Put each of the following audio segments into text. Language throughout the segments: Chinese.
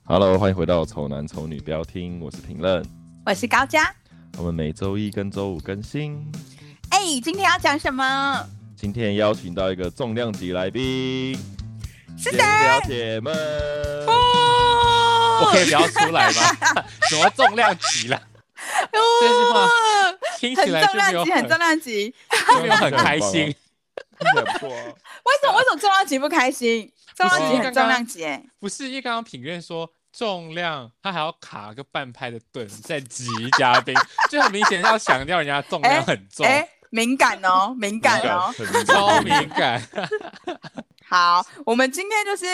Hello， 欢迎回到丑男丑女不要听，我是评论， 我是高嘉。 我们每周一跟周五更新。 今天要讲什么？ 今天邀请到一个重量级来宾， 是谁？ 聊姐们。 我可以聊出来吗？什么重量级啦？这句话听起来就没有很重量级， 就没有很开心。 听起来不错啊。 为什么重量级不开心？重量级很重量级不是，因为刚刚品院说重量，他还要卡个半拍的盾再挤嘉宾，就很明显要强调人家重量很重。 敏感哦，敏感哦， 超敏感。 好，我们今天就是，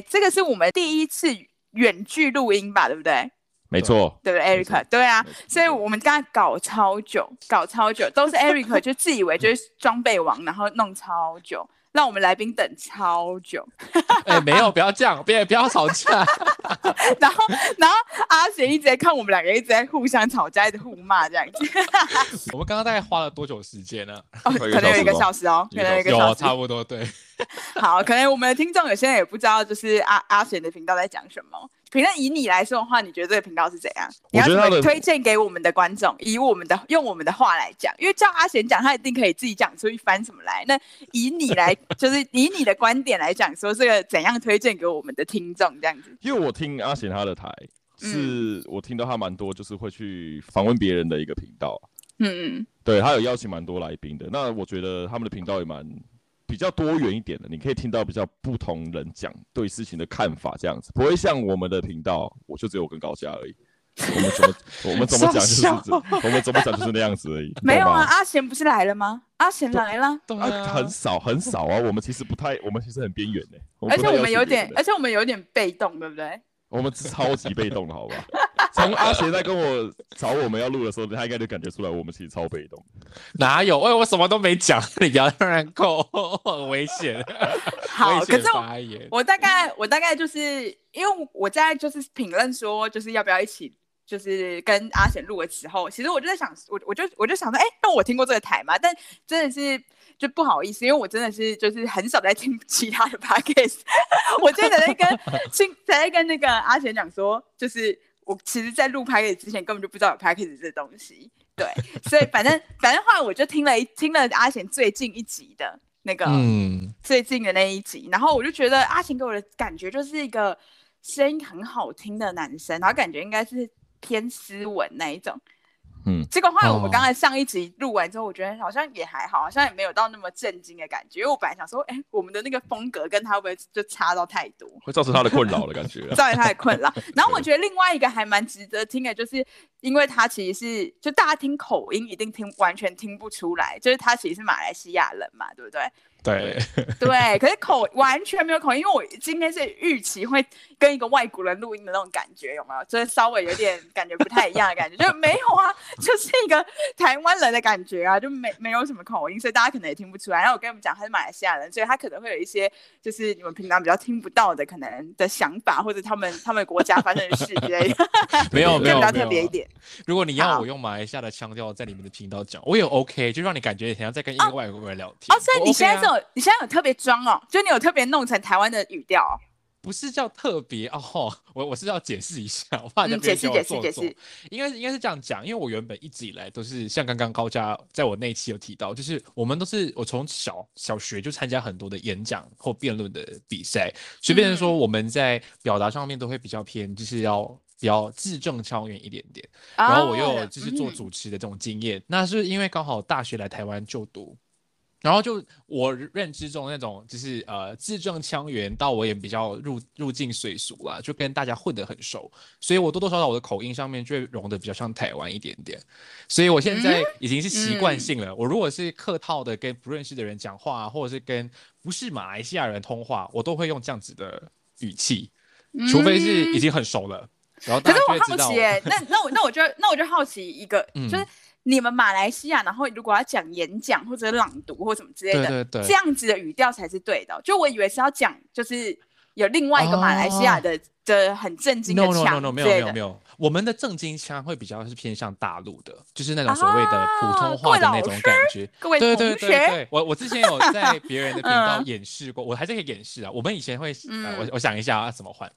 这个是我们第一次远距录音吧，对不对？ 没错， 对不对 ，Eric？ 对啊，所以我们刚才搞超久，都是 Eric 就自以为就是装备王，然后弄超久。让我们来宾等超久。 没有，不要这样，不要吵架。 然后阿贤一直在看我们两个一直在互相吵架，一直互骂这样子。 我们刚刚大概花了多久时间呢？ 可能有1个小时哦，可能有1个小时， 差不多对。 好，可能我们的听众有些人也不知道，就是阿贤的频道在讲什么。评论以你来说的话，你觉得这个频道是怎样？你要怎么推荐给我们的观众？用我们的话来讲，因为叫阿贤讲，他一定可以自己讲出一番什么来。那以你来，就是以你的观点来讲，说这个怎样推荐给我们的听众这样子？ 因为我听阿贤他的台，是我听到他蛮多，就是会去访问别人的一个频道。对，他有邀请蛮多来宾的。那我觉得他们的频道也比较多元一点的，你可以听到比较不同人讲对事情的看法，这样子不会像我们的频道，我就只有我跟高嘉而已。我们怎么讲就是我们怎么讲就是那样子而已。 没有啊，阿贤不是来了吗？阿贤来了， 很少啊。我们其实很边缘的， 而且我们有点被动，对不对？ 我们是超级被动的，好吧？从阿贤在跟我找我们要录的时候，他应该就感觉出来我们其实超被动。 哪有？我什么都没讲，你不要乱扣，很危险。 好，可是我大概就是因为我在就是评论说，就是要不要一起。就是跟阿贤录的时候，其实我就在想，我就想说，那我听过这个台嘛？但真的是就不好意思，因为我真的是就是很少在听其他的 podcast。我今天在跟那个阿贤讲说，就是我其实，在录 podcast 之前根本就不知道有 podcast 这东西。对，所以反正后来我就听了阿贤最近一集的那个，最近的那一集，然后我就觉得阿贤给我的感觉就是一个声音很好听的男生，然后感觉应该是。偏斯文那一种，结果后来我们刚才上一集录完之后，我觉得好像也还好，好像也没有到那么震惊的感觉。因为我本来想说，我们的那个风格跟他会不会就差到太多， 会造成他的困扰的感觉， 造成他的困扰。然后我觉得另外一个还蛮值得听的，就是因为他其实是就大家听口音一定完全听不出来，就是他其实是马来西亚人嘛，对不对？对，可是完全没有口音，因为我今天是预期会跟一个外国人录音的那种感觉，有没有？就是稍微有点感觉不太一样的感觉，就没有啊，就是一个台湾人的感觉啊，就没有什么口音，所以大家可能也听不出来。然后我跟你们讲，他是马来西亚人，所以他可能会有一些就是你们平常比较听不到的可能的想法，或者他们国家发生的事之类的。 没有， 比较特别一点。 如果你要我用马来西亚的腔调在你们的频道讲，我也 OK， 就让你感觉好像在跟一个外国人聊天。 所以你现在有特别装哦，就你有特别弄成台湾的语调哦。 不是叫特别哦，我是要解释一下，我怕解释。 应该是这样讲，因为我原本一直以来都是像刚刚高嘉在我那一期有提到，就是我从小学就参加很多的演讲或辩论的比赛，所以变成说我们在表达上面都会比较偏，就是要比较字正腔圆一点点。然后我又有就是做主持的这种经验，那是因为刚好大学来台湾就读。然后就我认知中那种就是字正腔圆到我也比较入境水俗啦，就跟大家混得很熟，所以我多多少少我的口音上面就会融得比较像台湾一点点，所以我现在已经是习惯性了。我如果是客套的跟不认识的人讲话，或者是跟不是马来西亚人通话，我都会用这样子的语气，除非是已经很熟了，然后大家就会知道。可是我好奇那我就好奇一个，就是你们马来西亚，然后如果要讲演讲或者朗读或什么之类的， 对， 这样子的语调才是对的。就我以为是要讲，就是有另外一个马来西亚的很正经的腔。 No， 没有，我们的正经腔会比较是偏向大陆的，就是那种所谓的普通话的那种感觉。 各位同学， 对，我之前有在别人的频道演示过，我还是可以演示啊。我们以前会，我想一下要怎么换。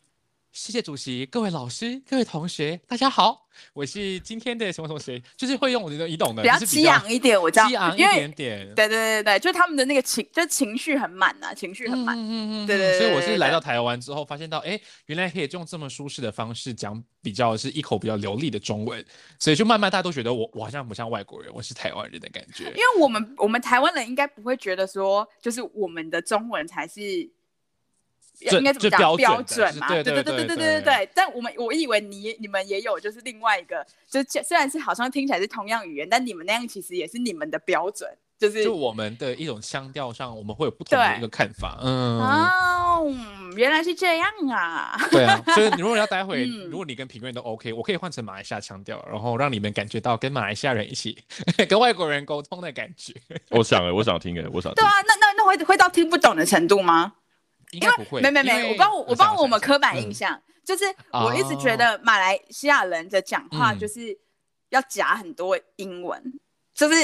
谢谢主席，各位老师，各位同学，大家好，我是今天的什么同学，就是会用你懂的， 比较激昂一点，我知道， 激昂一点点， 对，就他们的那个情绪很满啊，情绪很满，对， 所以我是来到台湾之后发现到，原来可以用这么舒适的方式讲比较是一口比较流利的中文，所以就慢慢大家都觉得我好像不像外国人，我是台湾人的感觉， 因为我们台湾人应该不会觉得说，就是我们的中文才是。应该怎么讲标准嘛？对。但我以为你们也有，就是另外一个，就虽然是好像听起来是同样语言，但你们那样其实也是你们的标准，就我们的一种腔调上，我们会有不同的一个看法。 原来是这样啊！ 对啊，所以如果要待会，如果你跟评论都 OK， 我可以换成马来西亚腔调，然后让你们感觉到跟马来西亚人一起跟外国人沟通的感觉。 我想听。 对啊，那会到听不懂的程度吗？ 应该不会， 没，我帮我们刻板印象，就是我一直觉得马来西亚人的讲话就是要夹很多英文，就是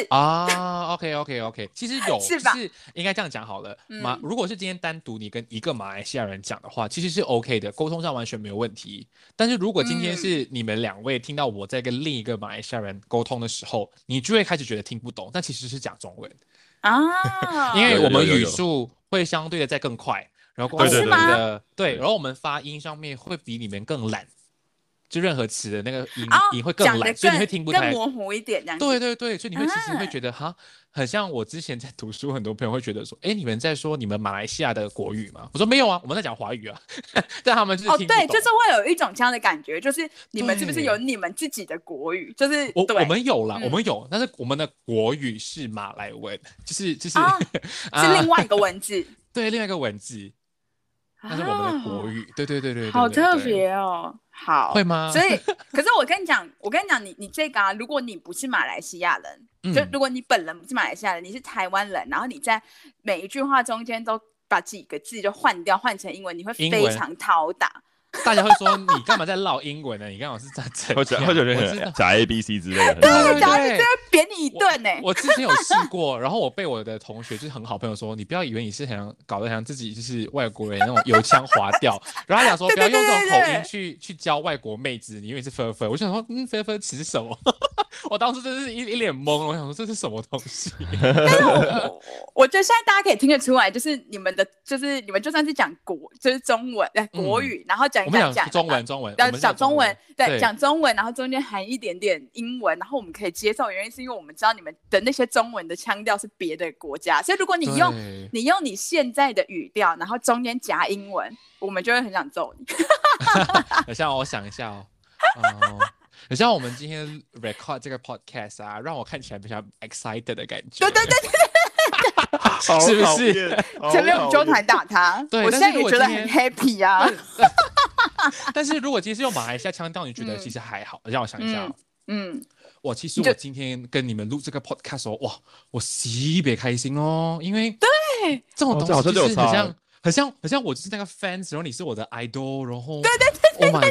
OK， 其实有是吧？ 就是应该这样讲好了。如果是今天单独你跟一个马来西亚人讲的话，其实是 OK 的，沟通上完全没有问题。但是如果今天是你们两位听到我在跟另一个马来西亚人沟通的时候，你就会开始觉得听不懂，但其实是讲中文啊，因为我们语速会相对的再更快。然后对，然后我们发音上面会比你们更懒，就任何词的那个音会更懒，所以你会听不太更模糊一点这样。 对，所以你会其实会觉得很像我之前在读书，很多朋友会觉得说，你们在说你们马来西亚的国语吗？我说没有啊，我们在讲华语啊，但他们就是听不懂。 对，就是会有一种这样的感觉，就是你们是不是有你们自己的国语？就是我们有啦，我们有，但是我们的国语是马来文，就是是另外一个文字， 对，另外一个文字。那是我们的国语，对， 好特别哦。好， 会吗？ 所以，可是我跟你讲，你这个如果你不是马来西亚人，就如果你本人不是马来西亚人，你是台湾人，然后你在每一句话中间都把几个字就换成英文，你会非常讨打。 大家会说你干嘛在唠英文呢？你刚好是在或者假 ABC 之类的， 对，假 ABC 会扁你一顿呢。 我之前有试过，然后我被我的同学就是很好朋友说，你不要以为你是搞得像自己就是外国人那种油腔滑调，然后他讲说不要用这种口音去教外国妹子，你以为是分，我想说分词是什么？我当时真是一脸懵，我想说这是什么东西？ 但是我觉得现在大家可以听得出来，就是你们就算是讲就是中文国语，然后我们讲中文， 讲中文，对，讲中文，然后中间含一点点英文，然后我们可以接受，原因是因为我们知道你们的那些中文的腔调是别的国家，所以如果你用你现在的语调，然后中间夹英文，我们就会很想揍你。 等一下，我想一下哦。很像我们今天 record 这个 podcast 啊，让我看起来比较 excited 的感觉。 对， 是不是？ 前面我们就台打他，我现在也觉得很 happy 啊。 但是如果今天是用马来西亚腔调，你觉得其实还好？让我想一下。我其实我今天跟你们录这个 podcast 哇，我特别开心哦，因为对这种东西就是很像我就是那个 fans， 然后你是我的 idol， 然后对 ，Oh my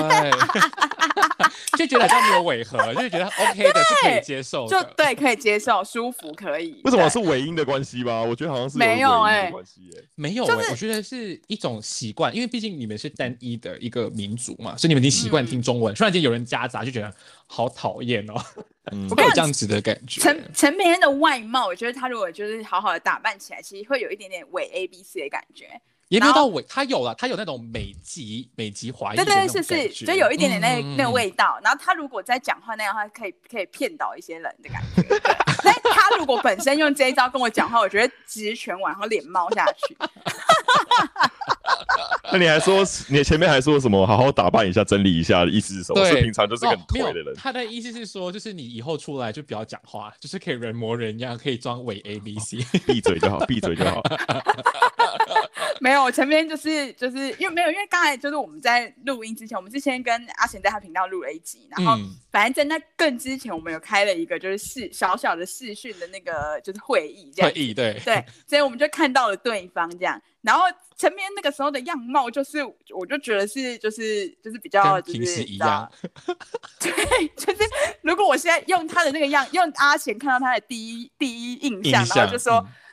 god， 就觉得好像没有违和，就觉得 OK 的，是可以接受的， 就对，可以接受，舒服，可以。 为什么是尾音的关系吗？我觉得好像是没有关系没有我觉得是一种习惯，因为毕竟你们是单一的一个民族嘛，所以你们已经习惯听中文，突然间有人夹杂，就觉得好讨厌哦。会有这样子的感觉。 陈培恩的外貌，我觉得他如果就是好好的打扮起来，其实会有一点点伪 ABC 的感觉。 也没有到伪，他有那种美籍华裔的那种感觉， 对，就有一点点那个味道。然后他如果在讲话那样的话，可以骗倒一些人的感觉。但他如果本身用这一招跟我讲话，我觉得直拳往后脸猫下去。 那你还说，你前面还说什么？好好打扮一下，整理一下的意思是什么？是平常就是个很颓的人。 他的意思是说，就是你以后出来就不要讲话，就是可以人模人样，可以装伪 ABC， 闭嘴就好，闭嘴就好。 没有，我前面就是因为刚才就是我们在录音之前，我们之前跟阿贤在他频道录了一集，然后反正在那更之前，我们有开了一个就是小小的视讯的那个就是会议这样。 会议对， 所以我们就看到了对方这样，然后前面那个时候的样貌就是我就觉得是就是比较跟平时一样， 对，就是如果我现在用他的那个样，用阿贤看到他的第一印象，然后就说。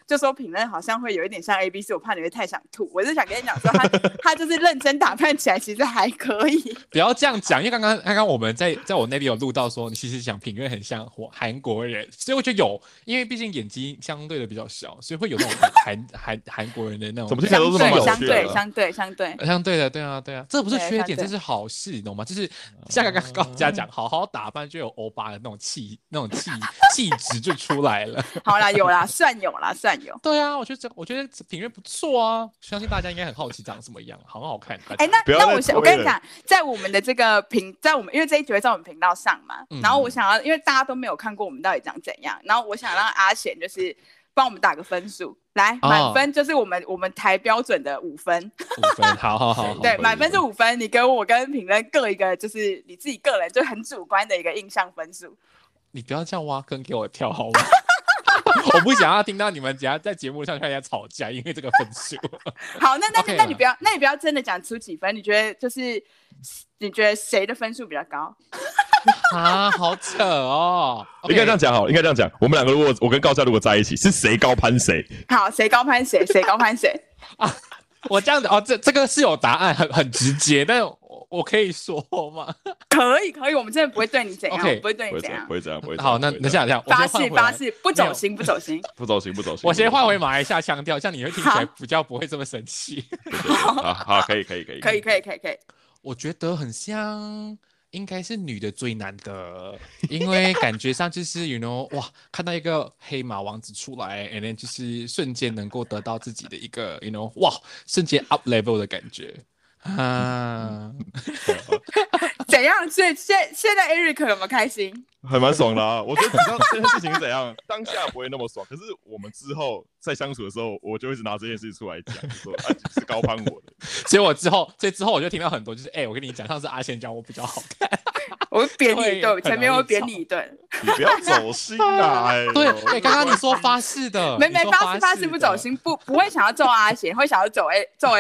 就说评论好像会有一点像 ABC， 我怕你会太想吐。我是想跟你讲说他就是认真打扮起来其实还可以。 不要这样讲，因为刚刚我们在我那里有录到说你其实讲评论很像韩国人，所以我觉得有，因为毕竟眼睛相对的比较小，所以会有那种韩国人的那种。 怎么听起来都是相对的，对啊，这不是缺点，这是好事，你懂吗？就是像刚刚高家讲，好好打扮就有欧巴的那种气质就出来了。 好啦，有啦，算有。 对啊，我觉得评论不错啊，相信大家应该很好奇长什么样，很好看。 那我跟你讲，在我们的这个因为这一集会在我们频道上嘛，然后我想要，因为大家都没有看过我们到底长怎样，然后我想让阿贤就是帮我们打个分数，来满分就是我们台标准的5分。 5分，好。 对，满分是5分，你给我跟评论各一个，就是你自己个人就很主观的一个印象分数。 你不要这样挖坑给我跳好吗？我不想要听到你们等下在节目上开始吵架，因为这个分数。 好，那你不要真的讲出几分？你觉得谁的分数比较高？ 啊，好扯哦！ 应该这样讲好，应该这样讲。我们两个如果我跟高嘉如果在一起，是谁高攀谁？ 好，谁高攀谁？谁高攀谁？ 啊，我这样子哦，这个是有答案，很直接，但我可以说吗？ 可以，我们真的不会对你怎样，不会对你怎样， 不会这样。 好，那等下， 发誓，不走心。 我先换回马来西亚腔调，这样你会听起来比较不会这么生气。 好，可以。 我觉得很像，应该是女的最难的，因为感觉上就是哇，看到一个黑马王子出来 ，and then 就是瞬间能够得到自己的一个哇，瞬间 up level 的感觉。啊， 怎样？所以现在 Eric 有没有开心？ 还蛮爽的啊！我觉得你知道这件事情是怎样，当下不会那么爽，可是我们之后在相处的时候，我就一直拿这件事出来讲，就说是高攀我的。 所以之后我就听到很多，就是我跟你讲，上次阿贤讲我比较好看， 我会扁你一顿，前面会扁你一顿。 你不要走心啊！ 对，刚刚你说发誓的， 没发誓不走心，不会想要揍阿贤，会想要揍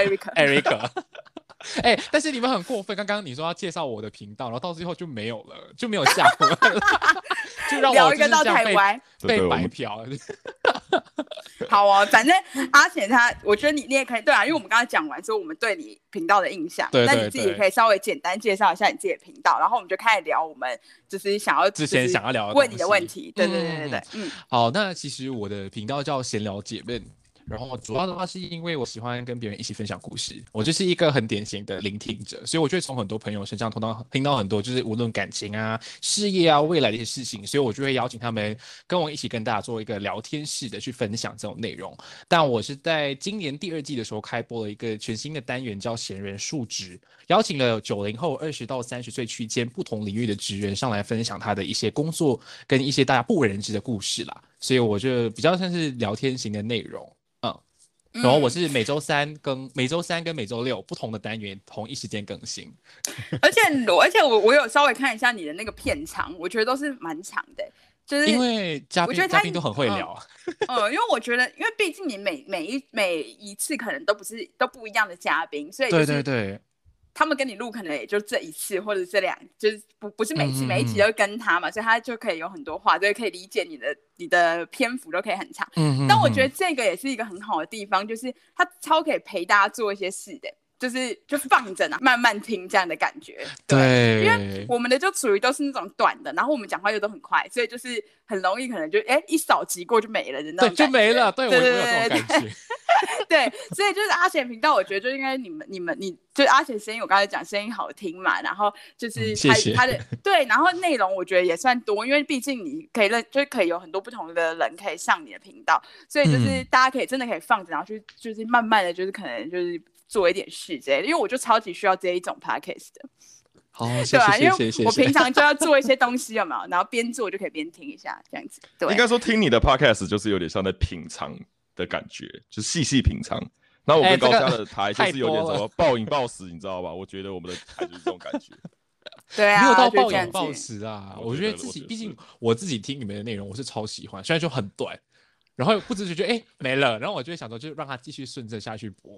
Eric。 但是你们很过分。刚刚你说要介绍我的频道，然后到最后就没有了，就没有下文了，就让我就是这样被白嫖。 好哦，反正阿贤我觉得你也可以对啊，因为我们刚才讲完说我们对你频道的印象，那你自己可以稍微简单介绍一下你自己的频道，然后我们就开始聊我们就是之前想要聊的问你的问题。对， 好，那其实我的频道叫闲聊姐妹。然后主要的话是因为我喜欢跟别人一起分享故事，我就是一个很典型的聆听者，所以我就会从很多朋友身上听到很多就是无论感情啊、事业啊、未来的一些事情，所以我就会邀请他们跟我一起跟大家做一个聊天式的去分享这种内容。但我是在今年第2季的时候开播了一个全新的单元叫闲人述职，邀请了90后20到30岁区间不同领域的职人上来分享他的一些工作跟一些大家不为人知的故事啦，所以我就比较像是聊天型的内容。然后我是每周三跟每周6不同的单元同一时间更新， 而且我有稍微看一下你的那个片长，我觉得都是蛮长的，就是因为嘉宾都很会聊， 因为我觉得，因为毕竟你每一次可能都不一样的嘉宾，所以对。 他们跟你录可能也就这一次或者这就是不是每一集都跟他嘛，所以他就可以有很多话，就可以理解你的篇幅都可以很长。但我觉得这个也是一个很好的地方，就是他超可以陪大家做一些事的。就放着呢，慢慢听这样的感觉。 对， 因为我们的就属于都是那种短的，然后我们讲话又都很快，所以就是很容易可能就一扫即过就没了的那种感觉。 对，就没了。对，我有这种感觉。 对，所以就是阿贤频道，我觉得就应该你就阿贤声音，我刚才讲声音好听嘛，然后就是他的对，然后内容我觉得也算多，因为毕竟你可以就可以有很多不同的人可以上你的频道，所以就是大家真的可以放着，然后就是慢慢的就是可能就是做一点事之类的，因为我就超级需要这一种 podcast 的。 好，谢谢， 因为我平常就要做一些东西，有没有？然后边做就可以边听一下，这样子。对， 应该说听你的 podcast 就是有点像在品尝的感觉，就是细品尝。然后我跟高嘉的台就是有点什么暴饮暴食，你知道吧？我觉得我们的台就是这种感觉。 对啊， 没有到暴饮暴食啊。我觉得自己，毕竟我自己听你们的内容，我是超喜欢，虽然就很短，然后不自觉就没了，然后我就会想说，就让它继续顺着下去播。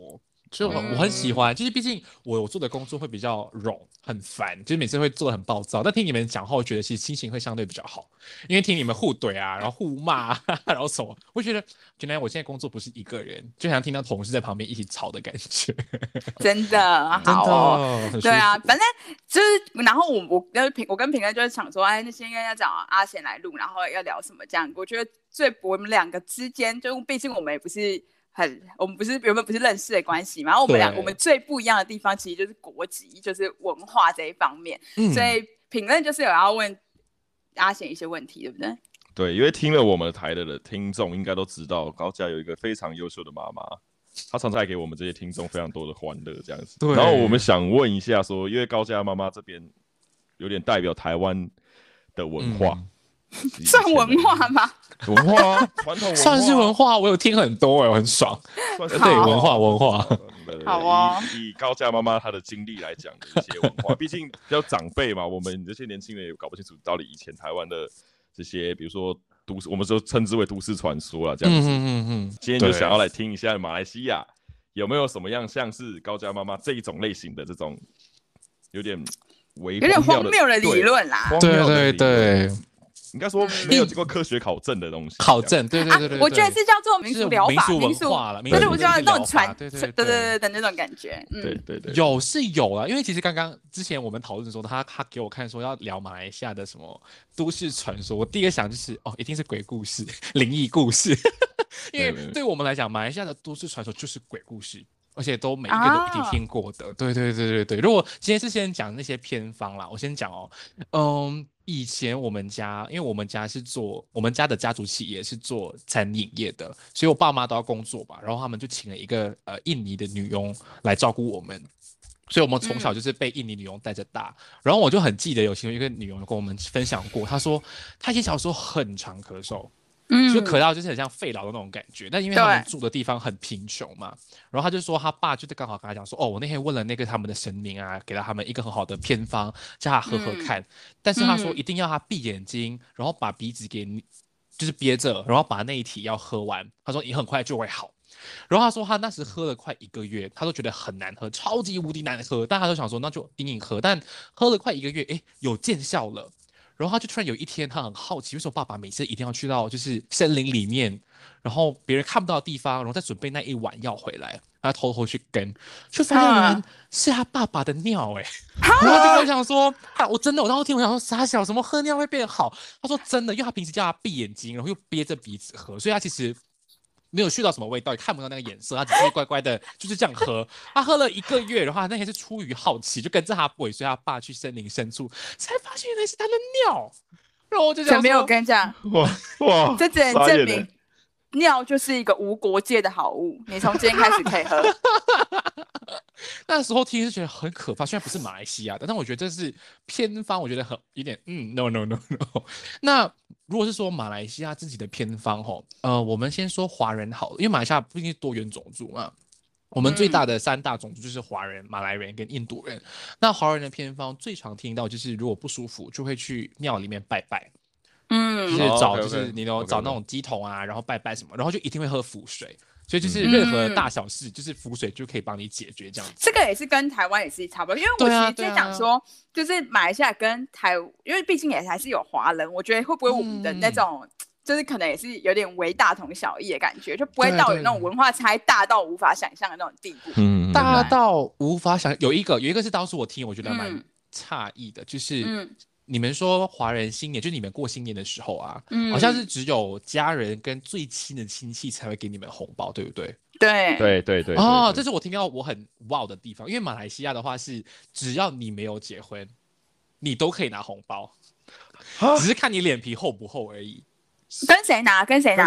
就我很喜欢，就是毕竟我做的工作会比较冗，很烦，就是每次会做的很暴躁。但听你们讲话，我觉得其实心情会相对比较好，因为听你们互怼啊，然后互骂，然后什么，我觉得原来我现在工作不是一个人，就像听到同事在旁边一起吵的感觉。 真的好哦，对啊，反正就是，然后我跟平哥就是想说，哎，那现在要找阿贤来录，然后要聊什么这样？我觉得我们两个之间，就毕竟我们也不是。我们原本不是认识的关系嘛，然后我们最不一样的地方其实就是国籍，就是文化这一方面，所以评论就是有要问阿贤一些问题，对不对？ 对，因为听了我们台的听众应该都知道，高嘉有一个非常优秀的妈妈，她常常带给我们这些听众非常多的欢乐，这样子。然后我们想问一下说，因为高嘉妈妈这边有点代表台湾的文化。 算文化吗？ 文化啊，传统文化算是文化，我有听很多我很爽。对，文化。 好哦。 以高嘉妈妈她的经历来讲的一些文化，毕竟比较长辈嘛，我们这些年轻人也搞不清楚到底以前台湾的这些，比如说我们说称之为都市传说啦，这样子。今天就想要来听一下马来西亚有没有什么样像是高嘉妈妈这一种类型的这种有点荒谬的理论啦。 对。 应该说没有经过科学考证的东西。 考证，对， 我觉得是叫做民俗疗法、 民俗文化了， 对，我觉得那种对的那种感觉。 对， 有啊，因为其实刚刚之前我们讨论的时候，他给我看说要聊马来西亚的什么都市传说，我第一个想就是一定是鬼故事、灵异故事，因为对我们来讲，马来西亚的都市传说就是鬼故事。而且都每一个都一定听过的，对。如果今天是先讲那些偏方啦，我先讲以前我们家，因为我们家的家族企业是做餐饮业的，所以我爸妈都要工作吧，然后他们就请了一个印尼的女佣来照顾我们，所以我们从小就是被印尼女佣带着大。然后我就很记得有其中一个女佣跟我们分享过，她说她以前小时候很常咳嗽。就咳到就是很像肺痨的那种感觉，但因为他们住的地方很贫穷嘛，然后他就说他爸就是刚好跟他讲说，我那天问了那个他们的神明啊，给了他们一个很好的偏方，叫他喝喝看，但是他说一定要他闭眼睛，然后把鼻子给就是憋着，然后把那一体要喝完，他说你很快就会好。然后他说他那时喝了快1个月，他都觉得很难喝，超级无敌难喝，但他就想说那就硬硬喝，但喝了快1个月，有见效了。然后他就突然有一天，他很好奇，为什么爸爸每次一定要去到就是森林里面，然后别人看不到的地方，然后再准备那一碗药回来，他偷偷去跟，就发现原来是他爸爸的尿然后就跟我讲说，我当时听我想说傻小，什么喝尿会变好？他说真的，因为他平时叫他闭眼睛，然后又憋着鼻子喝，所以他其实没有嗅到什么味道，也看不到那个颜色，他只是乖乖的就是这样喝。他喝了1个月，然后他那天是出于好奇，就跟着他尾随他爸去森林深处，才发现原来是他的尿。然后我就讲说， 没有跟你讲， 哇， 这只能证明尿就是一个无国界的好物，你从今天开始可以喝。 那时候听是觉得很可怕，虽然不是马来西亚的，但我觉得这是偏方，我觉得有点no。那如果是说马来西亚自己的偏方我们先说华人好了，因为马来西亚毕竟是多元种族嘛，我们最大的3大种族就是华人、马来人跟印度人。那华人的偏方最常听到就是如果不舒服就会去庙里面拜拜，就是就是你找那种鸡桶啊，然后拜拜什么，然后就一定会喝符水。所以就是任何大小事，就是符水就可以帮你解决这样子。 这个也是跟台湾也是差不多，因为我其实之前讲说，就是马来西亚跟因为毕竟也还是有华人，我觉得会不会我们的那种，就是可能也是有点为大同小异的感觉，就不会到有那种文化差异大到无法想象的那种地步。 大到无法想，有一个是当时我听，我觉得蛮诧异的，就是你们说华人新年，就是你们过新年的时候啊，好像是只有家人跟最亲的亲戚才会给你们红包，对不对？ 对。 这是我听到我很 wow 的地方，因为马来西亚的话是只要你没有结婚，你都可以拿红包，只是看你脸皮厚不厚而已。 跟谁拿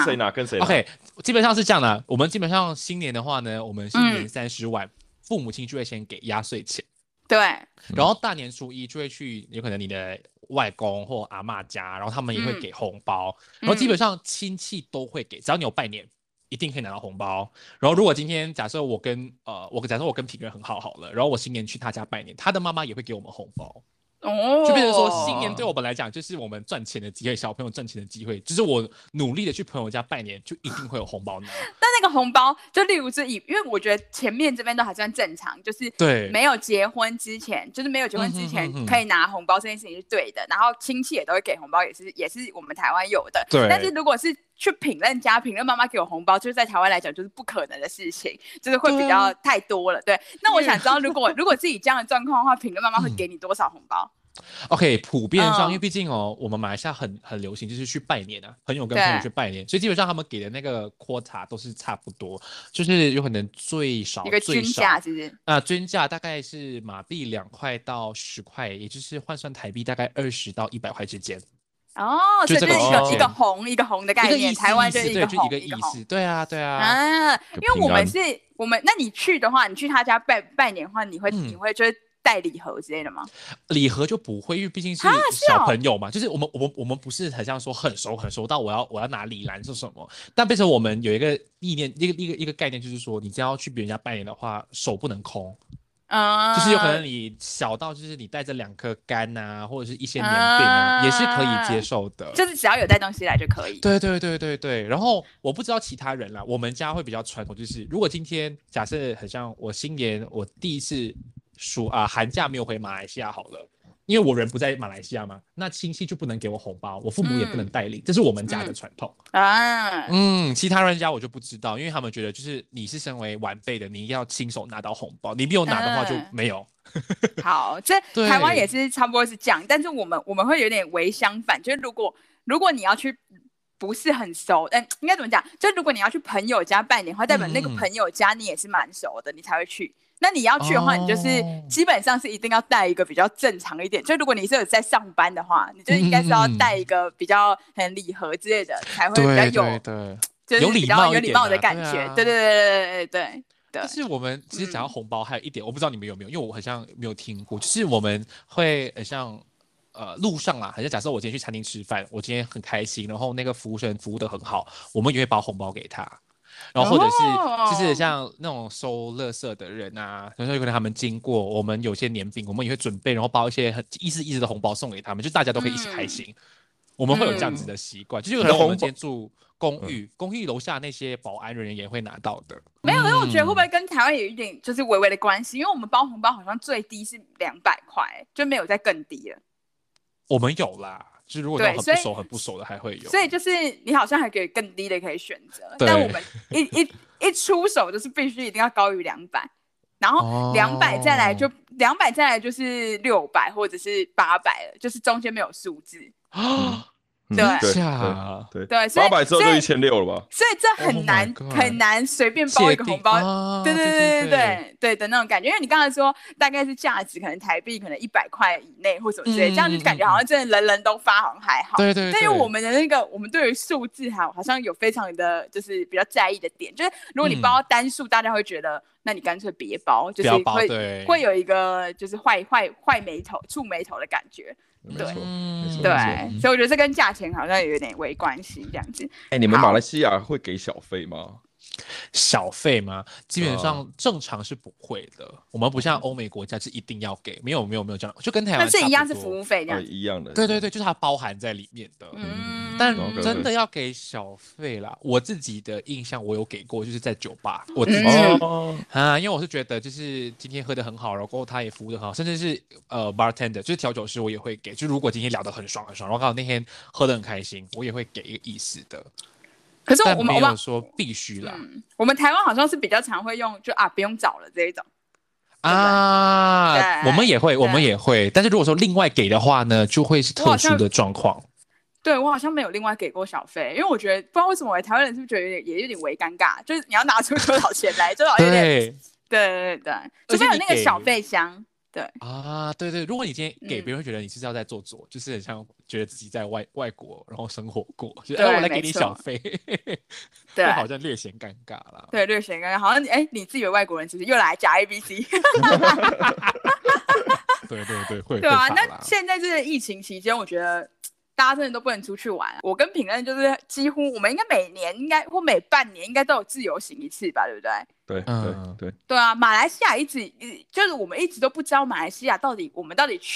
？OK， 基本上是这样的。我们基本上新年的话呢，我们新年30晚，父母亲就会先给压岁钱。 对， 然后大年初1就会去，有可能你的外公或阿嬷家，然后他们也会给红包，然后基本上亲戚都会给，只要你有拜年，一定可以拿到红包。然后如果今天假设我跟平人很好了，然后我新年去他家拜年，他的妈妈也会给我们红包。 就变成说新年对我们来讲就是我们赚钱的机会，小朋友赚钱的机会，就是我努力的去朋友家拜年，就一定会有红包拿。 但那个红包，就例如是因为我觉得前面这边都还算正常，就是没有结婚之前，就是没有结婚之前可以拿红包这件事情是对的，然后亲戚也都会给红包，也是我们台湾有的。 对。 但是如果是去评论家，评论妈妈给我红包，就是在台湾来讲就是不可能的事情，就是会比较太多了。对，那我想知道，如果自己这样的状况的话，评论妈妈会给你多少红包 ？OK， 普遍上，因为毕竟我们马来西亚很流行，就是去拜年啊，朋友跟朋友去拜年，所以基本上他们给的那个 quota 都是差不多，就是有可能最少一个均价，是不是？ 均价大概是马币2块到10块，也就是换算台币大概20到100块之间。 所以就是一个红的概念，台湾就一个红， 一个意思，对啊。 因为我们，那你去的话，你去他家拜年的话，你会就是带礼盒之类的吗？ 礼盒就不会，因为毕竟是小朋友嘛，就是我们不是很像说很熟到我要拿礼篮是什么，但变成我们有一个意念，一个概念，就是说你只要去别人家拜年的话，手不能空。就是有可能你小到就是你带着2颗柑啊，或者是一些年饼啊，也是可以接受的。 就是只要有带东西来就可以。 对。然后我不知道其他人啦，我们家会比较传统，就是如果今天假设很像我新年我第一次寒假没有回马来西亚好了。因为我人不在马来西亚嘛，那亲戚就不能给我红包，我父母也不能带领，这是我们家的传统其他人家我就不知道，因为他们觉得就是你是身为晚辈的，你要亲手拿到红包，你没有拿的话就没有。 好，这台湾也是差不多是这样，但是我们会有点微相反，就是如果你要去不是很熟，应该怎么讲？就如果你要去朋友家拜年的话，代表那个朋友家你也是蛮熟的，你才会去。那你要去的话，你就是基本上是一定要带一个比较正常一点。就如果你是有在上班的话，你就应该是要带一个比较礼盒之类的，才会比较就是比较有礼貌的感觉。对。 但是我们其实讲到红包，还有一点我不知道你们有没有，因为我好像没有听过，就是我们会很像路上啦，好像假设我今天去餐厅吃饭，我今天很开心，然后那个服务生服务得很好，我们也会包红包给他。然后或者是就是像那种收垃圾的人啊，有时候可能他们经过，我们有些年饼，我们也会准备，然后包一些很意思的红包送给他们，就大家都可以一起开心。我们会有这样子的习惯，就是可能我们今天住公寓楼下那些保安人员也会拿到的。 没有，因为我觉得会不会跟台湾有一点就是微微的关系，因为我们包红包好像最低是200块，就没有再更低了。 我们有啦。就是如果那种很不熟的还会有， 所以就是你好像还可以更低的可以选择，但我们一出手就是必须一定要高于200，然后200再来就是600或者是800了，就是中间没有数字对 ，800之后就1600了吧？ 所以这很难随便包一个红包，对的那种感觉。因为你刚才说大概是价值可能台币可能100块以内或什么之类，这样就感觉好像真的人都发，好像还好。 对。 但因为我们的我们对于数字好像有非常的就是比较在意的点，就是如果你包单数，大家会觉得那你干脆别包，就是会有一个就是坏眉头、触眉头的感觉。对，所以我觉得这跟价钱好像有点微关系这样子。 你们马来西亚会给小费吗？ 小费吗？基本上正常是不会的。我们不像欧美国家是一定要给，没有这样，就跟台湾差不多。 但是一样是服务费这样， 一样的。 对，就是它包含在里面的。但真的要给小费啦，我自己的印象我有给过，就是在酒吧，我自己因为我是觉得就是今天喝得很好，然后他也服务得很好，甚至是bartender 就是调酒师我也会给，就如果今天聊得很爽，然后刚好那天喝得很开心，我也会给一个意思的。 可是我们没有说必须啦。 我们台湾好像是比较常会用就不用找了这一种我们也会，但是如果说另外给的话呢，就会是特殊的状况。 对，我好像没有另外给过小费，因为我觉得不知道为什么台湾人是不是觉得也有点微尴尬，就是你要拿出多少钱来，就好像有点对，除非有那个小费箱。 对，如果你今天给别人，会觉得你是要在做作，就是很像觉得自己在外国然后生活过，就是我来给你小费，对，好像略显尴尬啦。 对，略显尴尬，好像你自己为外国人，是不是又来假 ABC？ 对，会。 对啊，那现在这个疫情期间，我觉得大家真的都不能出去玩。我跟品任就是几乎我们应该每年或每半年应该都有自由行一次吧，对不对？对啊，马来西亚就是我们一直都不知道马来西亚我们到底去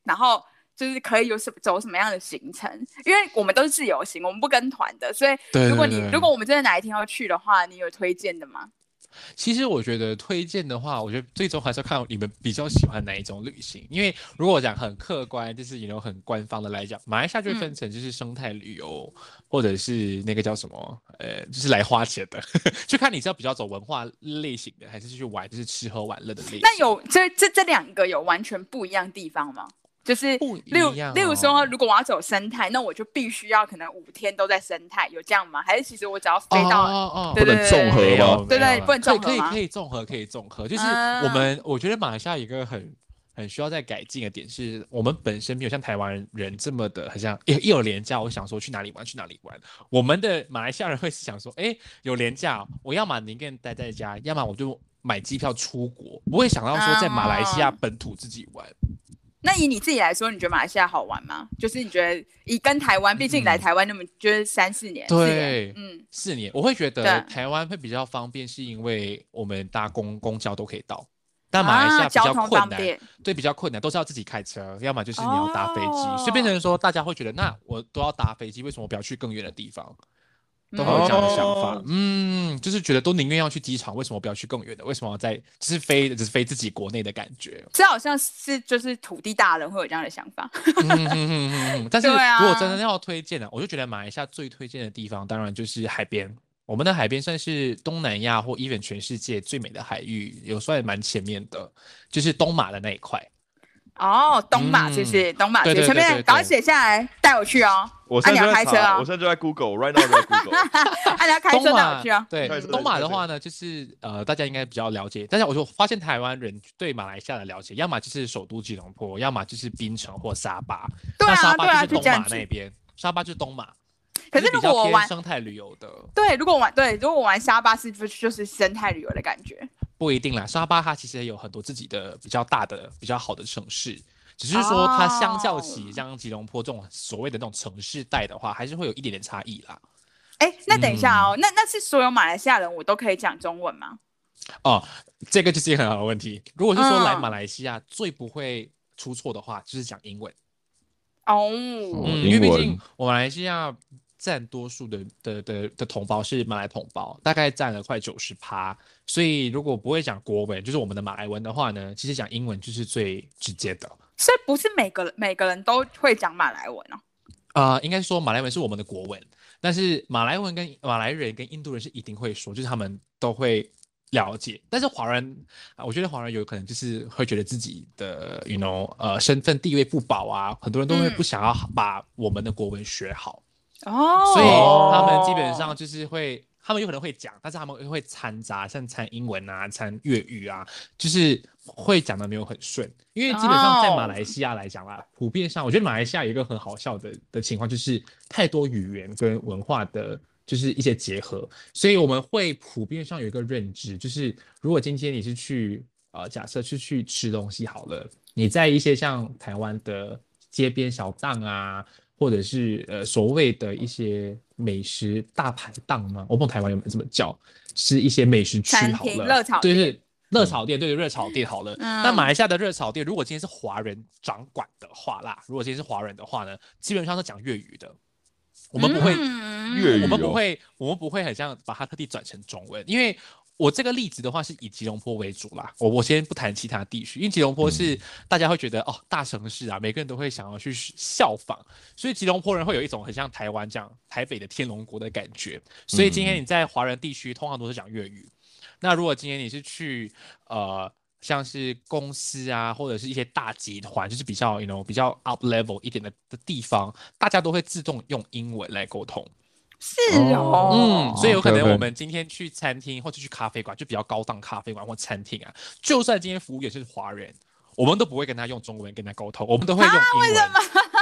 然后就是可以走什么样的行程？因为我们都是自由行，我们不跟团的，所以如果我们真的哪一天要去的话，你有推荐的吗？ 其实我觉得推荐的话，我觉得最终还是要看你们比较喜欢哪一种旅行。因为如果我讲很客观，就是很官方的来讲，马来西亚就会分成就是生态旅游，或者是那个叫什么，就是来花钱的，就看你是要比较走文化类型的，还是去玩就是吃喝玩乐的类型。 那有这两个有完全不一样的地方吗？就是例如说，如果我要走生态，那我就必须要可能5天都在生态，有这样吗？还是其实我只要飞到不能综合吗？ 对，不能综合吗？ 可以综合。就是我觉得马来西亚一个很需要再改进的点是，我们本身没有像台湾人这么的，好像一有连假，我想说去哪里玩。我们的马来西亚人会想说，有连假，我要么宁愿待在家，要么我就买机票出国，不会想到说在马来西亚本土自己玩。 那以你自己来说，你觉得马来西亚好玩吗？就是你觉得以跟台湾，毕竟你来台湾那么就是3-4年， 对，4年，我会觉得台湾会比较方便，是因为我们搭公交都可以到，但马来西亚比较困难，对，比较困难，都是要自己开车，要么就是你要搭飞机，所以变成说大家会觉得，那我都要搭飞机，为什么不要去更远的地方？都会有这样的想法，就是觉得都宁愿要去机场，为什么不要去更远的？为什么要只是飞自己国内的感觉？ 这好像是就是土地大人会有这样的想法。 但是如果真的要推荐呢，我就觉得马来西亚最推荐的地方，当然就是海边。我们的海边算是东南亚或 even 全世界最美的海域，有算蛮前面的，就是东马的那一块。 东马就是东马，前面赶快写下来，带我去哦。 我现在就在查，我现在就在 Google，right now 在 Google。 你要开车带我去哦。 对，东马的话呢，就是大家应该比较了解，但是我就发现台湾人对马来西亚的了解，要么就是首都吉隆坡，要么就是槟城或沙巴。那沙巴就是东马那边，沙巴就是东马。 可是如果我玩生态旅游的， 如果我玩沙巴，是不是就是生态旅游的感觉？ 不一定啦，沙巴它其实也有很多自己的比较大的、比较好的城市，只是说它相较起像吉隆坡这种所谓的那种城市带的话，还是会有一点点差异啦。 那等一下哦，那是所有马来西亚人我都可以讲中文吗？ 这个就是一个很好的问题。如果是说来马来西亚最不会出错的话，就是讲英文。因为毕竟我马来西亚占多数的同胞是马来同胞，大概占了快90%，所以如果不会讲国文，就是我们的马来文的话呢，其实讲英文就是最直接的。 所以不是每个人都会讲马来文哦。 应该说马来文是我们的国文，但是马来文跟马来人跟印度人是一定会说，就是他们都会了解。但是华人，我觉得华人有可能就是会觉得自己的身份地位不保啊，很多人都会不想要把我们的国文学好。所以他们基本上就是他们有可能会讲，但是他们会掺杂，像掺英文啊、掺粤语啊，就是会讲的没有很顺。因为基本上在马来西亚来讲啦，普遍上我觉得马来西亚有一个很好笑的情况，就是太多语言跟文化的就是一些结合，所以我们会普遍上有一个认知，就是如果今天你是去假设是去吃东西好了，你在一些像台湾的街边小档啊，或者是所谓的一些美食大排档吗？我不懂台湾有没有这么叫，是一些美食区好了， 热炒店， 对，热炒店，对，热炒店好了。那马来西亚的热炒店，如果今天是华人掌管的话啦，如果今天是华人的话呢，基本上是讲粤语的。我们不会粤语，我们不会很像把它特地转成中文，因为我这个例子的话是以吉隆坡为主啦，我先不谈其他地区，因为吉隆坡是大家会觉得大城市啊，每个人都会想要去效仿，所以吉隆坡人会有一种很像台湾这样台北的天龙国的感觉，所以今天你在华人地区通常都是讲粤语。那如果今天你是去像是公司啊，或者是一些大集团，就是比较比较 up level 一点的地方，大家都会自动用英文来沟通。 是哦， 所以有可能我们今天去餐厅或者去咖啡馆，就比较高档咖啡馆或餐厅啊，就算今天服务员是华人，我们都不会跟他用中文跟他沟通，我们都会用英文。 为什么？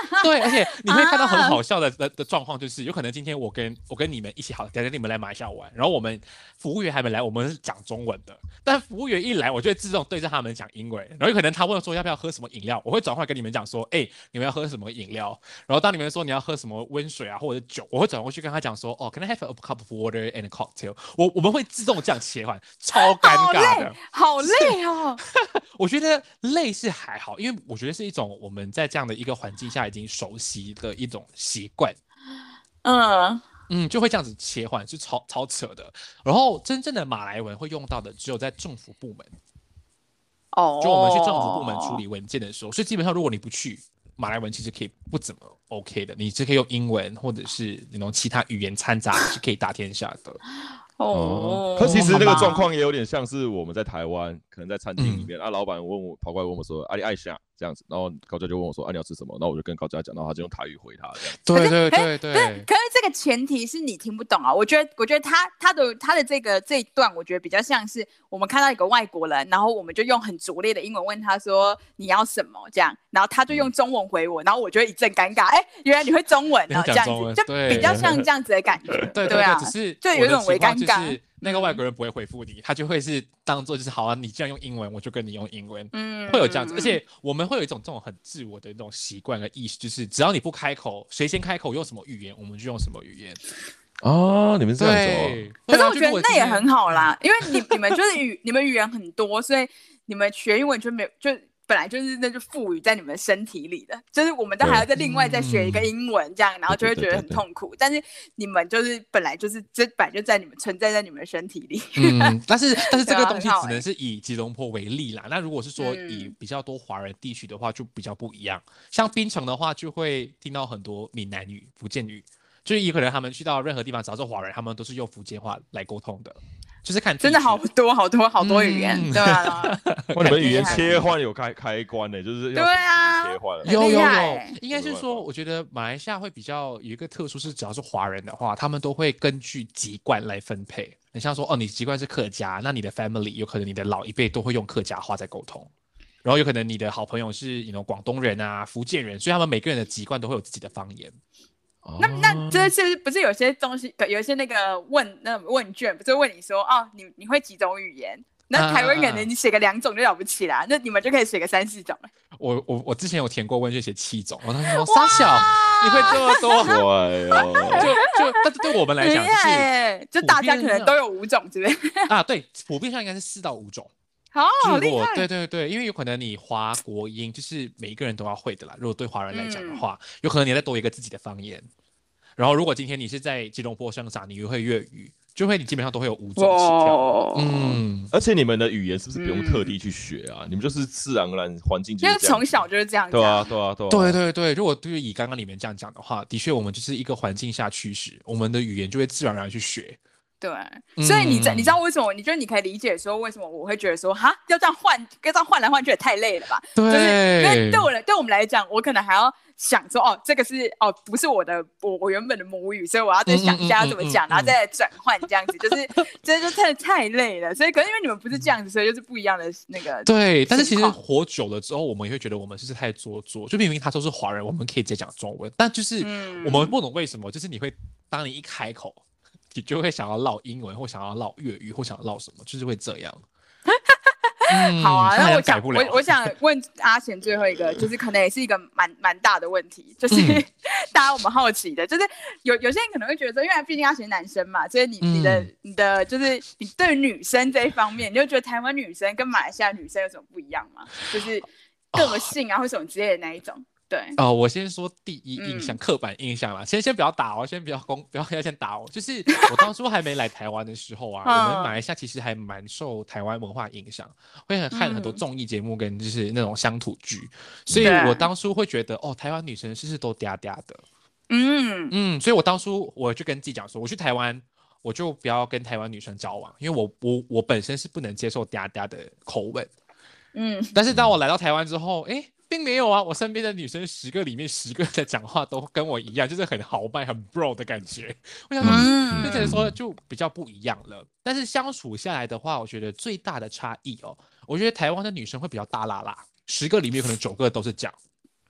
对，而且你会看到很好笑的状况，就是有可能今天我跟你们一起好，等着你们来马来西亚玩，然后我们服务员还没来，我们是讲中文的，但服务员一来，我就会自动对着他们讲英文，然后有可能他问说要不要喝什么饮料，我会转换跟你们讲说，你们要喝什么饮料，然后当你们说你要喝什么温水啊或者酒，我会转过去跟他讲说，哦 ，Can I have a cup of water and a cocktail？ 我们会自动这样切换，超尴尬的， 好累哦。 我觉得累是还好，因为我觉得是一种我们在这样的一个环境下已经熟悉的一种习惯，就会这样子切换，是超扯的。然后真正的马来文会用到的，只有在政府部门，就我们去政府部门处理文件的时候，所以基本上如果你不去，马来文其实可以不怎么 OK 的，你是可以用英文或者是那种其他语言掺杂是可以打天下的。 可其实那个状况也有点像是我们在台湾，可能在餐厅里面，老板跑过来问我说，你爱下这样子，然后高佳就问我说，你要吃什么？然后我就跟高佳讲，然后他就用台语回他这样。对。 可是这个前提是你听不懂啊。我觉得他的这一段，我觉得比较像是我们看到一个外国人，然后我们就用很拙劣的英文问他说你要什么这样，然后他就用中文回我，然后我就一阵尴尬，原来你会中文啊，这样子就比较像这样子的感觉。 对啊， 只是就有一种微尴尬。 就是那个外国人不会回复你，他就会是当做就是好啊，你既然用英文，我就跟你用英文，会有这样子。而且我们会有一种这种很自我的那种习惯和意识，就是只要你不开口，谁先开口用什么语言，我们就用什么语言。 你们这样子可是我觉得那也很好啦，因为你们就是你们语言很多，所以你们学英文就没有就。本来就是那就赋予在你们身体里的，就是我们都还要再另外再学一个英文这样，然后就会觉得很痛苦。但是你们就是本来就是这本来就在你们存在在你们的身体里。 但是这个东西只能是以吉隆坡为例啦。那如果是说以比较多华人地区的话，就比较不一样。像槟城的话，就会听到很多闽南语、福建语，就是有可能他们去到任何地方，只要是华人，他们都是用福建话来沟通的。就是看真的好多语言，对啊， 你们语言切换有开关呢，就是要切换。 有，应该是说，我觉得马来西亚会比较有一个特殊是，只要是华人的话，他们都会根据籍贯来分配。你像说，你籍贯是客家，那你的 family 有可能你的老一辈都会用客家话在沟通，然后有可能你的好朋友是广东人啊、福建人，所以他们每个人的籍贯都会有自己的方言。 那这是不是有些东西，有一些那个问卷，不是问你说你会几种语言？那台湾人你写个2种就了不起啦，那你们就可以写个3-4种。 我之前有填过问卷写7种，我当时说傻小，你会这么多？但是对我们来讲就大家可能都有5种，是不是？ 对，普遍上应该是4到5种。 好厉害！ 对，因为有可能你华国音就是每一个人都要会的啦。如果对华人来讲的话，有可能你再多一个自己的方言。然后如果今天你是在吉隆坡生长，你会粤语，就会你基本上都会有5种起跳。 而且你们的语言是不是不用特地去学啊？你们就是自然而然环境就是这样， 因为从小就是这样。 对啊。 对，如果对以刚刚你们这样讲的话，的确我们就是一个环境下驱使，我们的语言就会自然而然去学。 对，所以你知道为什么？你觉得你可以理解说为什么我会觉得说要这样换来换去也太累了吧？ 对， 就是因为对我们来讲，我可能还要想说这个是不是我原本的母语，所以我要再想一下要怎么讲，然后再转换这样子，就是这就太累了。所以可能因为你们不是这样子，所以就是不一样的那个。 对，但是其实活久了之后，我们也会觉得我们是太做作，就明明他都是华人，我们可以直接讲中文，但就是我们不懂为什么，就是当你一开口。你就会想要唠英文，或想要唠粤语，或想要唠什么，就是会这样。 好啊，那我想问阿贤最后一个，就是可能也是一个蛮大的问题，就是大家我们好奇的，就是有些人可能会觉得说，因为毕竟阿贤男生嘛，所以你的就是你对女生这一方面，你就觉得台湾女生跟马来西亚女生有什么不一样吗？就是个性啊，或什么之类的那一种。对我先说第一印象，刻板印象啦，先不要打我，先不要先打我。就是我当初还没来台湾的时候啊，我们马来西亚其实还蛮受台湾文化影响，会看很多综艺节目跟就是那种乡土剧，所以我当初会觉得台湾女生是不是都嗲嗲的？所以我当初我就跟自己讲说，我去台湾我就不要跟台湾女生交往，因为我本身是不能接受嗲嗲的口吻。但是当我来到台湾之后，并没有啊，我身边的女生10个里面10个在讲话都跟我一样，就是很豪迈、很 bro 的感觉。我想就觉得说就比较不一样了。但是相处下来的话，我觉得最大的差异我觉得台湾的女生会比较大啦啦，10个里面可能9个都是讲。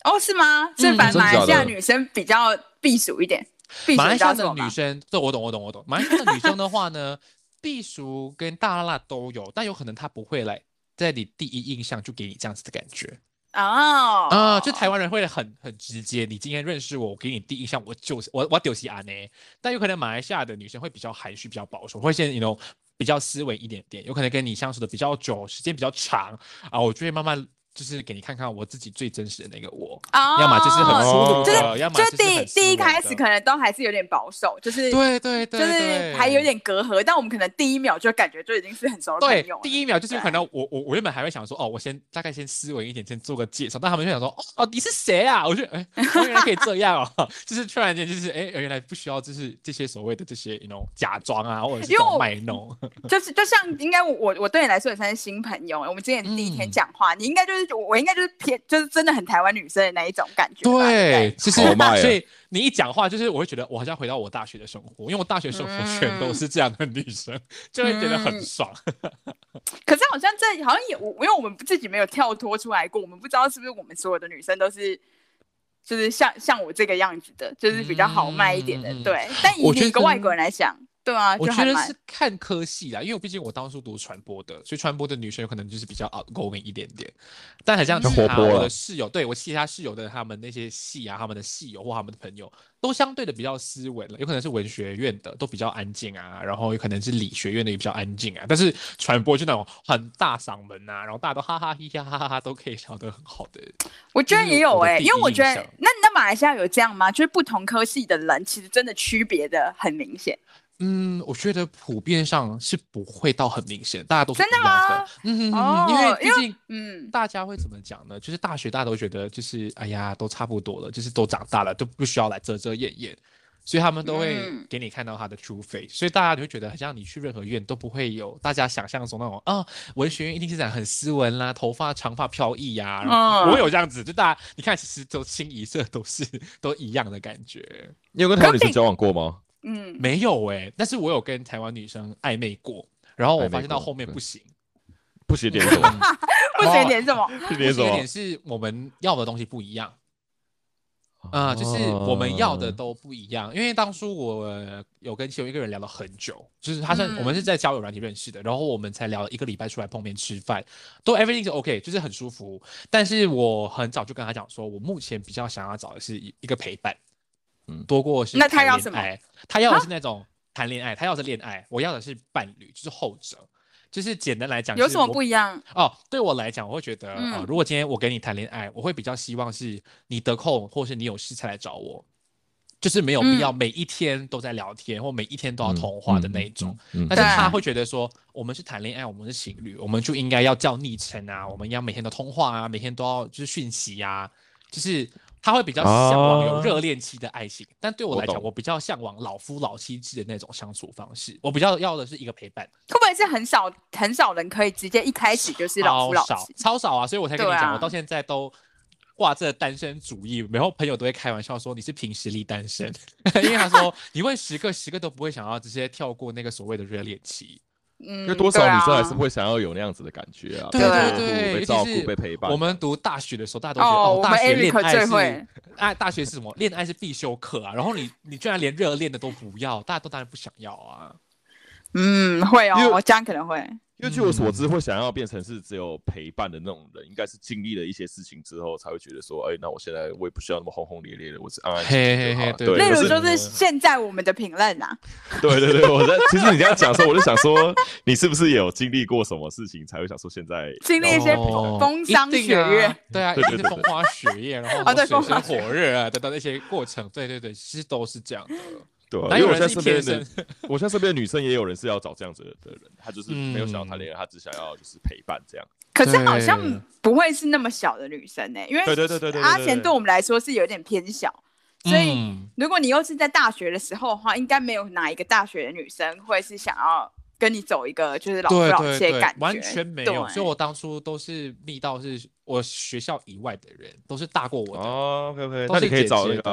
哦，是吗？所以反正马来西亚女生比较避暑一点。 马来西亚的女生，这我懂。马来西亚的女生的话呢，避暑跟大辣辣都有，但有可能她不会来在你第一印象就给你这样子的感觉。就台湾人会很直接，你今天认识我，我给你第一印象，我就是安呢。但有可能马来西亚的女生会比较含蓄，比较保守，会先比较斯文一点点，有可能跟你相处的比较久，时间比较长啊，我就会慢慢。就是给你看看我自己最真实的那个我，要么就是很粗鲁的，要么就是第一开始可能都还是有点保守，就是对， 就是还有点隔阂，但我们可能第一秒就感觉就已经是很熟的朋友了。 对，第一秒就是可能我原本还会想说，我大概先斯文一点，先做个介绍，但他们就想说，你是谁啊？我觉得，我原来可以这样哦，就是突然间就是，原来不需要就是这些所谓的这些假装啊，或者是这种卖弄， 就像应该我对你来说也算是新朋友，我们之前第一天讲话，你应该我应该就是偏就是真的很台湾女生的那一种感觉。 对，就是所以你一讲话，就是我会觉得我好像回到我大学的生活，因为我大学生活全都是这样的女生，就会觉得很爽。 可是好像因为我们自己没有跳脱出来过，我们不知道是不是我们所有的女生都是就是像我这个样子的，就是比较豪迈一点的。对，但以一个外国人来讲。对啊， 我觉得是看科系啦，因为毕竟我当初读传播的，所以传播的女生有可能就是比较 outgoing 一点点，但很像其他我的室友，对我其他室友的他们那些系啊，他们的系友或他们的朋友都相对的比较斯文了，有可能是文学院的都比较安静啊，然后有可能是理学院的也比较安静啊，但是传播就那种很大嗓门啊，然后大家都哈哈嘻嘻哈哈都可以聊得很好的。 我觉得也有因为我觉得那马来西亚有这样吗？就是不同科系的人其实真的区别的很明显。 我觉得普遍上是不会到很明显，大家都是一样的。 真的吗？因为毕竟，大家会怎么讲呢？就是大学大家都觉得就是哎呀，都差不多了，就是都长大了，都不需要来遮遮掩掩，所以他们都会给你看到他的 true face，所以大家就会觉得，好像你去任何院都不会有大家想象中那种文学院一定是很斯文啦，头发长发飘逸呀，不会有这样子，就大家你看，其实都清一色都一样的感觉。 你有跟台湾女生交往过吗？ 没有但是我有跟台湾女生暧昧过，然后我发现到后面不行， 不行点什么？ 不行点什么？ 不行点是我们要的东西不一样，就是我们要的都不一样。因为当初我有跟其中一个人聊了很久，就是我们是在交友软体认识的，然后我们才聊了1个礼拜出来碰面吃饭，都 everything 是 OK， 就是很舒服。但是我很早就跟他讲说，我目前比较想要找的是一个陪伴。多过是那他要什么？ 他要的是那种谈恋爱，他要的是恋爱，我要的是伴侣，就是后者。就是简单来讲， 有什么不一样？ 对我来讲，我会觉得如果今天我跟你谈恋爱，我会比较希望是你得空，或是你有事才来找我，就是没有必要每一天都在聊天，或每一天都要通话的那一种。但是他会觉得说，我们是谈恋爱，我们是情侣，我们就应该要叫昵称啊，我们要每天都通话啊，每天都要就是讯息啊，就是。他会比较向往有热恋期的爱情，但对我来讲，我比较向往老夫老妻制的那种相处方式。我比较要的是一个陪伴。 会不会是很少人可以直接一开始就是老夫老妻？ 超少啊！所以我才跟你讲，我到现在都挂这单身主义，然后朋友都会开玩笑说你是凭实力单身，因为他说你问10个都不会想要直接跳过那个所谓的热恋期。 因为多少女生还是会想要有那样子的感觉啊， 对， 被照顾、被陪伴。 我们读大学的时候，大家都觉得大学恋爱是大学是什么？恋爱是必修课啊。然后你居然连热恋的都不要，大家都当然不想要啊。 会我这样可能会。 因为据我所知，会想要变成是只有陪伴的那种人，应该是经历了一些事情之后，才会觉得说，那我现在我也不需要那么轰轰烈烈的，我只安安静静就好了。对， 例如就是现在我们的评论啊。 对，其实你这样讲的时候，我就想说，你是不是也有经历过什么事情，才会想说现在经历一些风霜雪月？ 对啊，一定是风花雪月，然后水深火热啊等等那些过程。对，其实都是这样的。 对啊，因为我现在身边的女生也有人是要找这样子的人，她就是没有想要谈恋爱，她只想要就是陪伴这样。 可是好像不会是那么小的女生因为阿贤对我们来说是有点偏小，所以如果你又是在大学的时候的话，应该没有哪一个大学的女生会是想要跟你走一个就是老夫老妻的感觉， 完全没有。所以我当初都是密到是我学校以外的人，都是大过我的。 OK， 那你可以找那个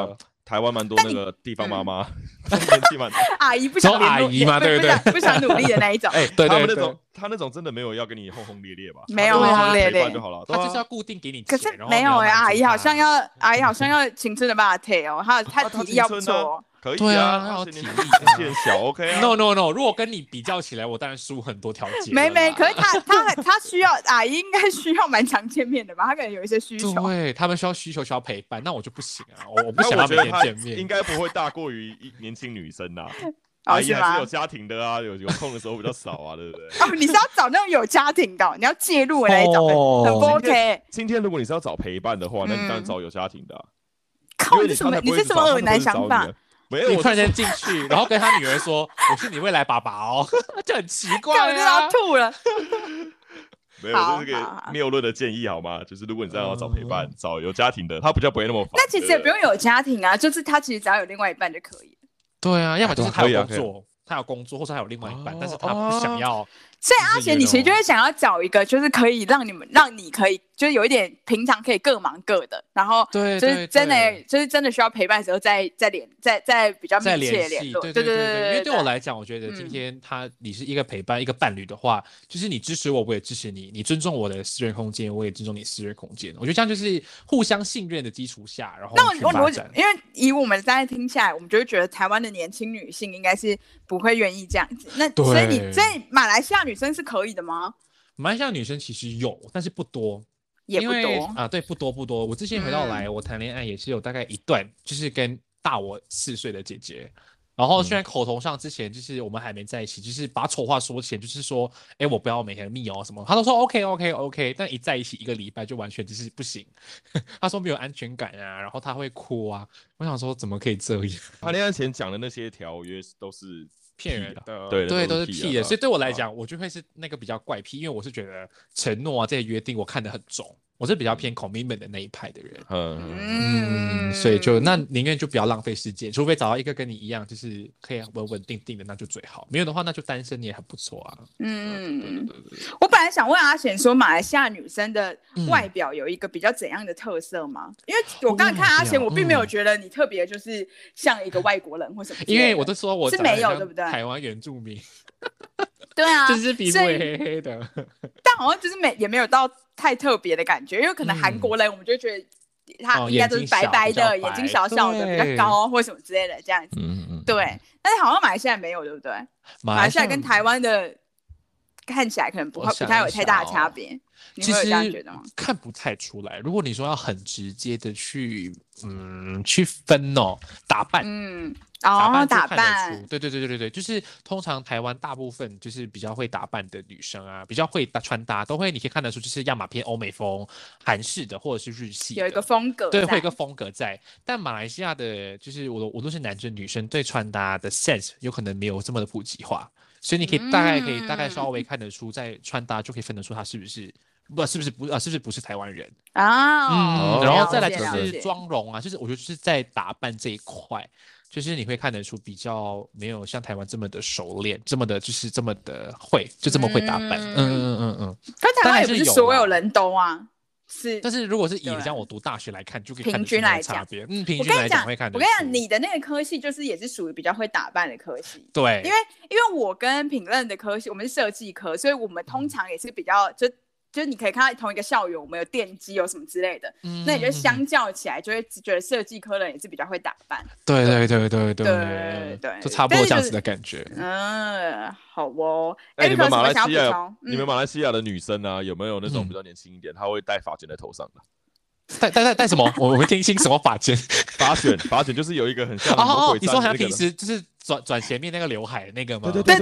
台湾蛮多那个地方妈妈，年纪蛮阿姨不想阿姨嘛，对不对？ 不想努力的那一种。 对， 他那种真的没有要跟你轰轰烈烈吧？ 没有轰轰烈烈就好了， 他就是要固定给你钱。 可是没有阿姨好像要青春的把他退哦，他体力要不错。 可以对啊， 要体力， 年纪很小 ，OK 啊。 No， 如果跟你比较起来，我当然输很多条件。 没，可是他需要阿姨应该需要蛮常见面的吧？他可能有一些需求。 对，他们需要需要陪伴，那我就不行啊，我不想要每天见面。 应该不会大过于年轻女生呐。阿姨还是有家庭的啊，有空的时候比较少啊，对不对？ 你是要找那种有家庭的，你要介入的那一种，很不 OK。 今天如果你是要找陪伴的话，那你当然找有家庭的。 靠，你是什么恶男想法？ 没有， 你突然间进去，然后跟他女儿说：“我是你未来爸爸哦。”就很奇怪啊， 我真的要吐了。 没有，这是个谬论的建议好吗？就是如果你真的要找陪伴，找有家庭的，他比较不会那么烦。 那其实也不用有家庭啊，就是他其实只要有另外一半就可以了。 对啊，要么就是他有工作，他有工作，或者他有另外一半，但是他不想要。 所以阿贤，你其实就会想要找一个，就是可以让你可以，就是有一点平常可以各忙各的，然后就是真的需要陪伴的时候再比较密切的联络。对， 因为对我来讲，我觉得今天你是一个陪伴一个伴侣的话，就是你支持我，我也支持你，你尊重我的私人空间，我也尊重你私人空间。我觉得这样就是互相信任的基础下，然后去发展。 因为以我们刚才听下来，我们就会觉得台湾的年轻女性应该是不会愿意这样子。那所以马来西亚女生是可以的吗？ 马来西亚女生其实有，但是不多， 也不多啊。对，不多。我之前回到来，我谈恋爱也是有大概一段，就是跟大我4岁的姐姐。然后虽然口头上之前就是我们还没在一起，就是把丑话说前，就是说，我不要每天密哦什么，他都说 OK， 但一在一起1个礼拜就完全就是不行。他说没有安全感啊，然后他会哭啊。我想说怎么可以这样？ 谈恋爱前讲的那些条约都是骗人的， 对， 都是屁的。所以对我来讲，我就会是那个比较怪癖，因为我是觉得承诺啊这些约定我看得很重。我是比较偏 commitment 的那一派的人，所以就那宁愿就不要浪费时间，除非找到一个跟你一样，就是可以稳稳定定的，那就最好。没有的话，那就单身也很不错啊。对。 我本来想问阿贤说，马来西亚女生的外表有一个比较怎样的特色吗？因为我刚才看阿贤，我并没有觉得你特别就是像一个外国人或什么。 因为我都说我是没有，对不对？ 台湾原住民。 对啊， 就是皮肤黑黑的， 但好像就是也没有到太特别的感觉，因为可能韩国人我们就觉得他应该都是白白的，眼睛小小的，比较高或什么之类的这样子。对，但是好像马来西亚没有，对不对？马来西亚跟台湾的看起来可能不太有太大的差别。你会有这样觉得吗？ 看不太出来。如果你说要很直接的去分打扮， 打扮， 对，就是通常台湾大部分就是比较会打扮的女生啊，比较会穿搭，都会你可以看得出，就是要么偏欧美风、韩式的，或者是日系的， 有一个风格， 对，会有一个风格在。但马来西亚的，就是无论是男生女生，对穿搭的 sense 有可能没有这么的普及化，所以你可以大概稍微看得出，在穿搭就可以分得出他是不是不是台湾人啊？然后再来就是妆容啊，就是我觉得就是在打扮这一块。就是你会看得出比较没有像台湾这么的熟练，这么的会，就这么会打扮。 但台湾也不是所有人都啊，是。 但是如果是以像我读大学来看，就可以看得出差别。平均来讲会看得出。 我跟你讲，你的那个科系就是也是属于比较会打扮的科系。 对， 因为我跟品任的科系，我们是设计科，所以我们通常也是比较就是你可以看到同一个校园，我们有电机有什么之类的，那你就相较起来，就会觉得设计科的人也是比较会打扮。 对，就差不多这样子的感觉。 好哦。 你们马来西亚的女生啊，有没有那种比较年轻一点，她会戴发卷在头上的？ 戴什么？我没听清什么发卷。 发卷就是有一个很像你说好像平时就是转前面那个刘海那个吗？ 对，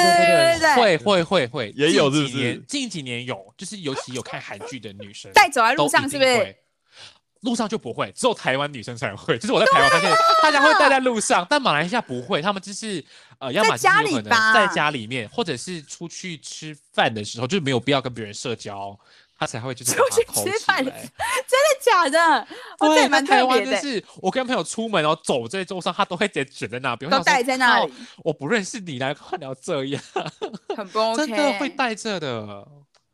会也有是不是？ 近几年有，就是尤其有看韩剧的女生， 带走在路上是不是？ 路上就不会，只有台湾女生才会。就是我在台湾发现大家会戴在路上，但马来西亚不会，他们就是要么就是有可能在家里面，或者是出去吃饭的时候，就是没有必要跟别人社交。他才会就是出去吃饭，真的假的？这也蛮特别的。 就是我跟朋友出门走在路上，他都会直接卷在那边， 都戴在那里。 我不认识你，来看你要这样， 很不 OK， 真的会戴着的。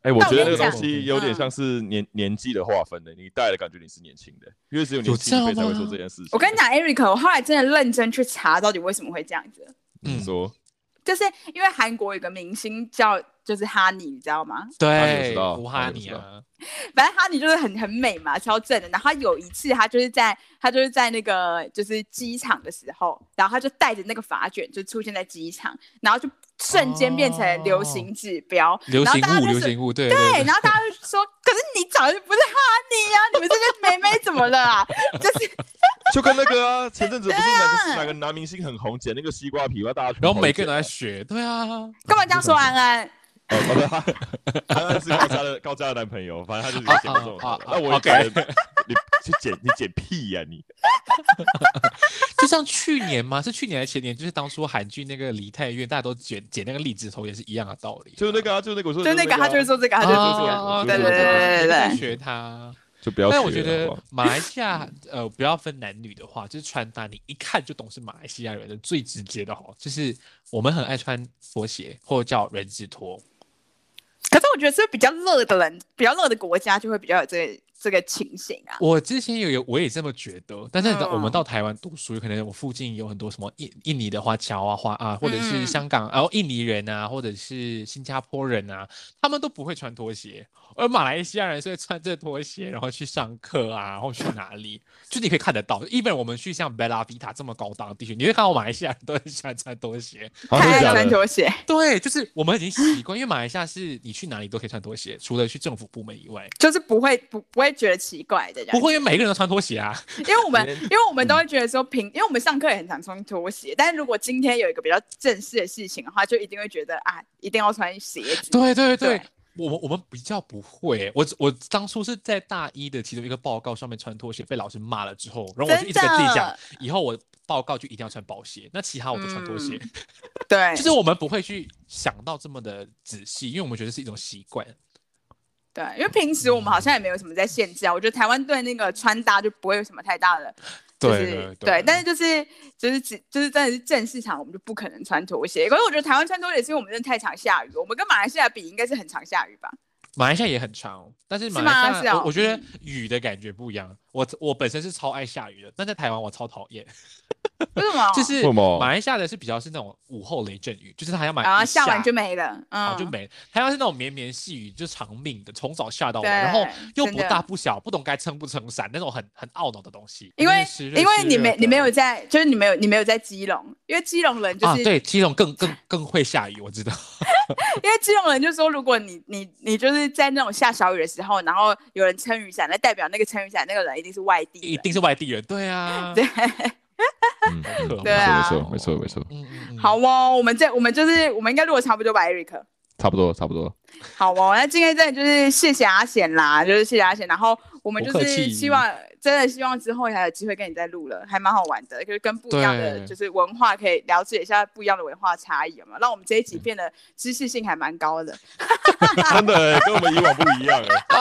我觉得那个东西有点像是年纪的划分的，你戴了感觉你是年轻的，因为只有年轻辈才会做这件事情。 我跟你讲 ，Eric， 我后来真的认真去查，到底为什么会这样子。 你说， 就是因为韩国有个明星叫就是哈尼，你知道吗？ 对，吴哈尼啊。 反正哈尼就是很美嘛，超正的。然后他有一次，他就是在那个就是机场的时候，然后他就带着那个发卷就出现在机场，然后就瞬间变成流行指标， 流行物，对。 然后大家就说，可是你长得不是哈尼啊，你们这些妹妹怎么了啊？ 就跟那个啊，前阵子不是哪个男明星很红，剪那个西瓜皮，大家然后每个人都在学，对啊， 干嘛这样说安安？ 安安是高家的男朋友，反正他就是剪这种。那我也觉得你剪屁呀你！ 就像去年吗？是去年还是前年？就是当初韩剧那个梨泰院，大家都剪那个荔枝头，也是一样的道理。 就是那个啊，就是那个， 就那个，他就是说这个，他就是说这个，对， 学他。 就不要学。 但我觉得马来西亚不要分男女的话，就是穿搭你一看就懂是马来西亚人的最直接的就是我们很爱穿拖鞋或者叫人字拖。 可是我觉得是比较热的人，比较热的国家就会比较有这个情形啊。 我之前我也这么觉得，但是我们到台湾读书，可能我附近有很多什么印尼的华侨啊，或者是香港印尼人啊，或者是新加坡人啊，他们都不会穿拖鞋，而马来西亚人是会穿这拖鞋，然后去上课啊，或去哪里，就你可以看得到。even 我们去像 Bella Vita 这么高档的地区，你会看到马来西亚人都很喜欢穿拖鞋， 太爱穿拖鞋。 对，就是我们已经习惯，因为马来西亚是你去哪里都可以穿拖鞋，除了去政府部门以外， 就是不会觉得奇怪的。 不会，因为每个人都穿拖鞋啊。 因为我们都会觉得说因为我们上课也很常穿拖鞋，但是如果今天有一个比较正式的事情的话，就一定会觉得一定要穿鞋子。 对。我们比较不会，我当初是在大一的其中一个报告上面穿拖鞋被老师骂了之后，然后我就一直跟自己讲，以后我报告就一定要穿薄鞋，那其他我就穿拖鞋。 对， 就是我们不会去想到这么的仔细，因为我们觉得是一种习惯。 对，因为平时我们好像也没有什么在限制啊，我觉得台湾对那个穿搭就不会有什么太大的。对，但是就是真的是正市场，我们就不可能穿拖鞋。可是我觉得台湾穿拖鞋是因为我们真的太常下雨，我们跟马来西亚比应该是很常下雨吧？ 马来西亚也很长，但是马来西亚我觉得雨的感觉不一样。我本身是超爱下雨的，但在台湾我超讨厌。 为什么？ 就是马来西亚的是比较是那种午后雷阵雨，就是它要然后下完就没了， 就没了。台湾是那种绵绵细雨，就是长命的，从早下到晚，然后又不大不小，不懂该撑不撑伞，那种很懊恼的东西。 因为你没有在，就是你没有在基隆，因为基隆人就是对基隆更会下雨，我知道。 因为基隆人就说，如果你就是在那种下小雨的时候，然后有人撑雨伞，那代表那个撑雨伞那个人一定是外地人， 一定是外地人，对啊， 对。 对啊，没错。 好哦，我们应该录的差不多吧 ，Eric。 差不多。 好哦，那今天真的就是谢谢阿贤啦，就是谢谢阿贤，然后我们就是希望之后还有机会跟你再录了，还蛮好玩的，就是跟不一样的就是文化可以了解一下不一样的文化差异，有没有？让我们这一集变得知识性还蛮高的。 真的跟我们以往不一样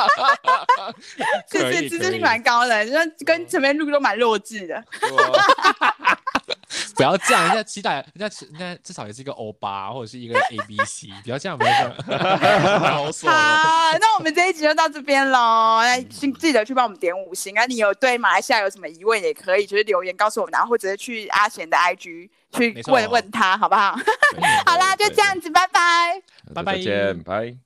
是知识性蛮高的，就跟前面录都蛮弱智的。 不要这样，人家期待人家至少也是一个欧巴或者是一个 ABC， 不要这样，不要这样。 好爽。 好，那我们这一集就到这边喽。那记得去帮我们点5星啊！你有对马来西亚有什么疑问，也可以就是留言告诉我们，然后或者是去阿贤的 IG 去问他，好不好？好啦，就这样子，拜拜， 再见，拜。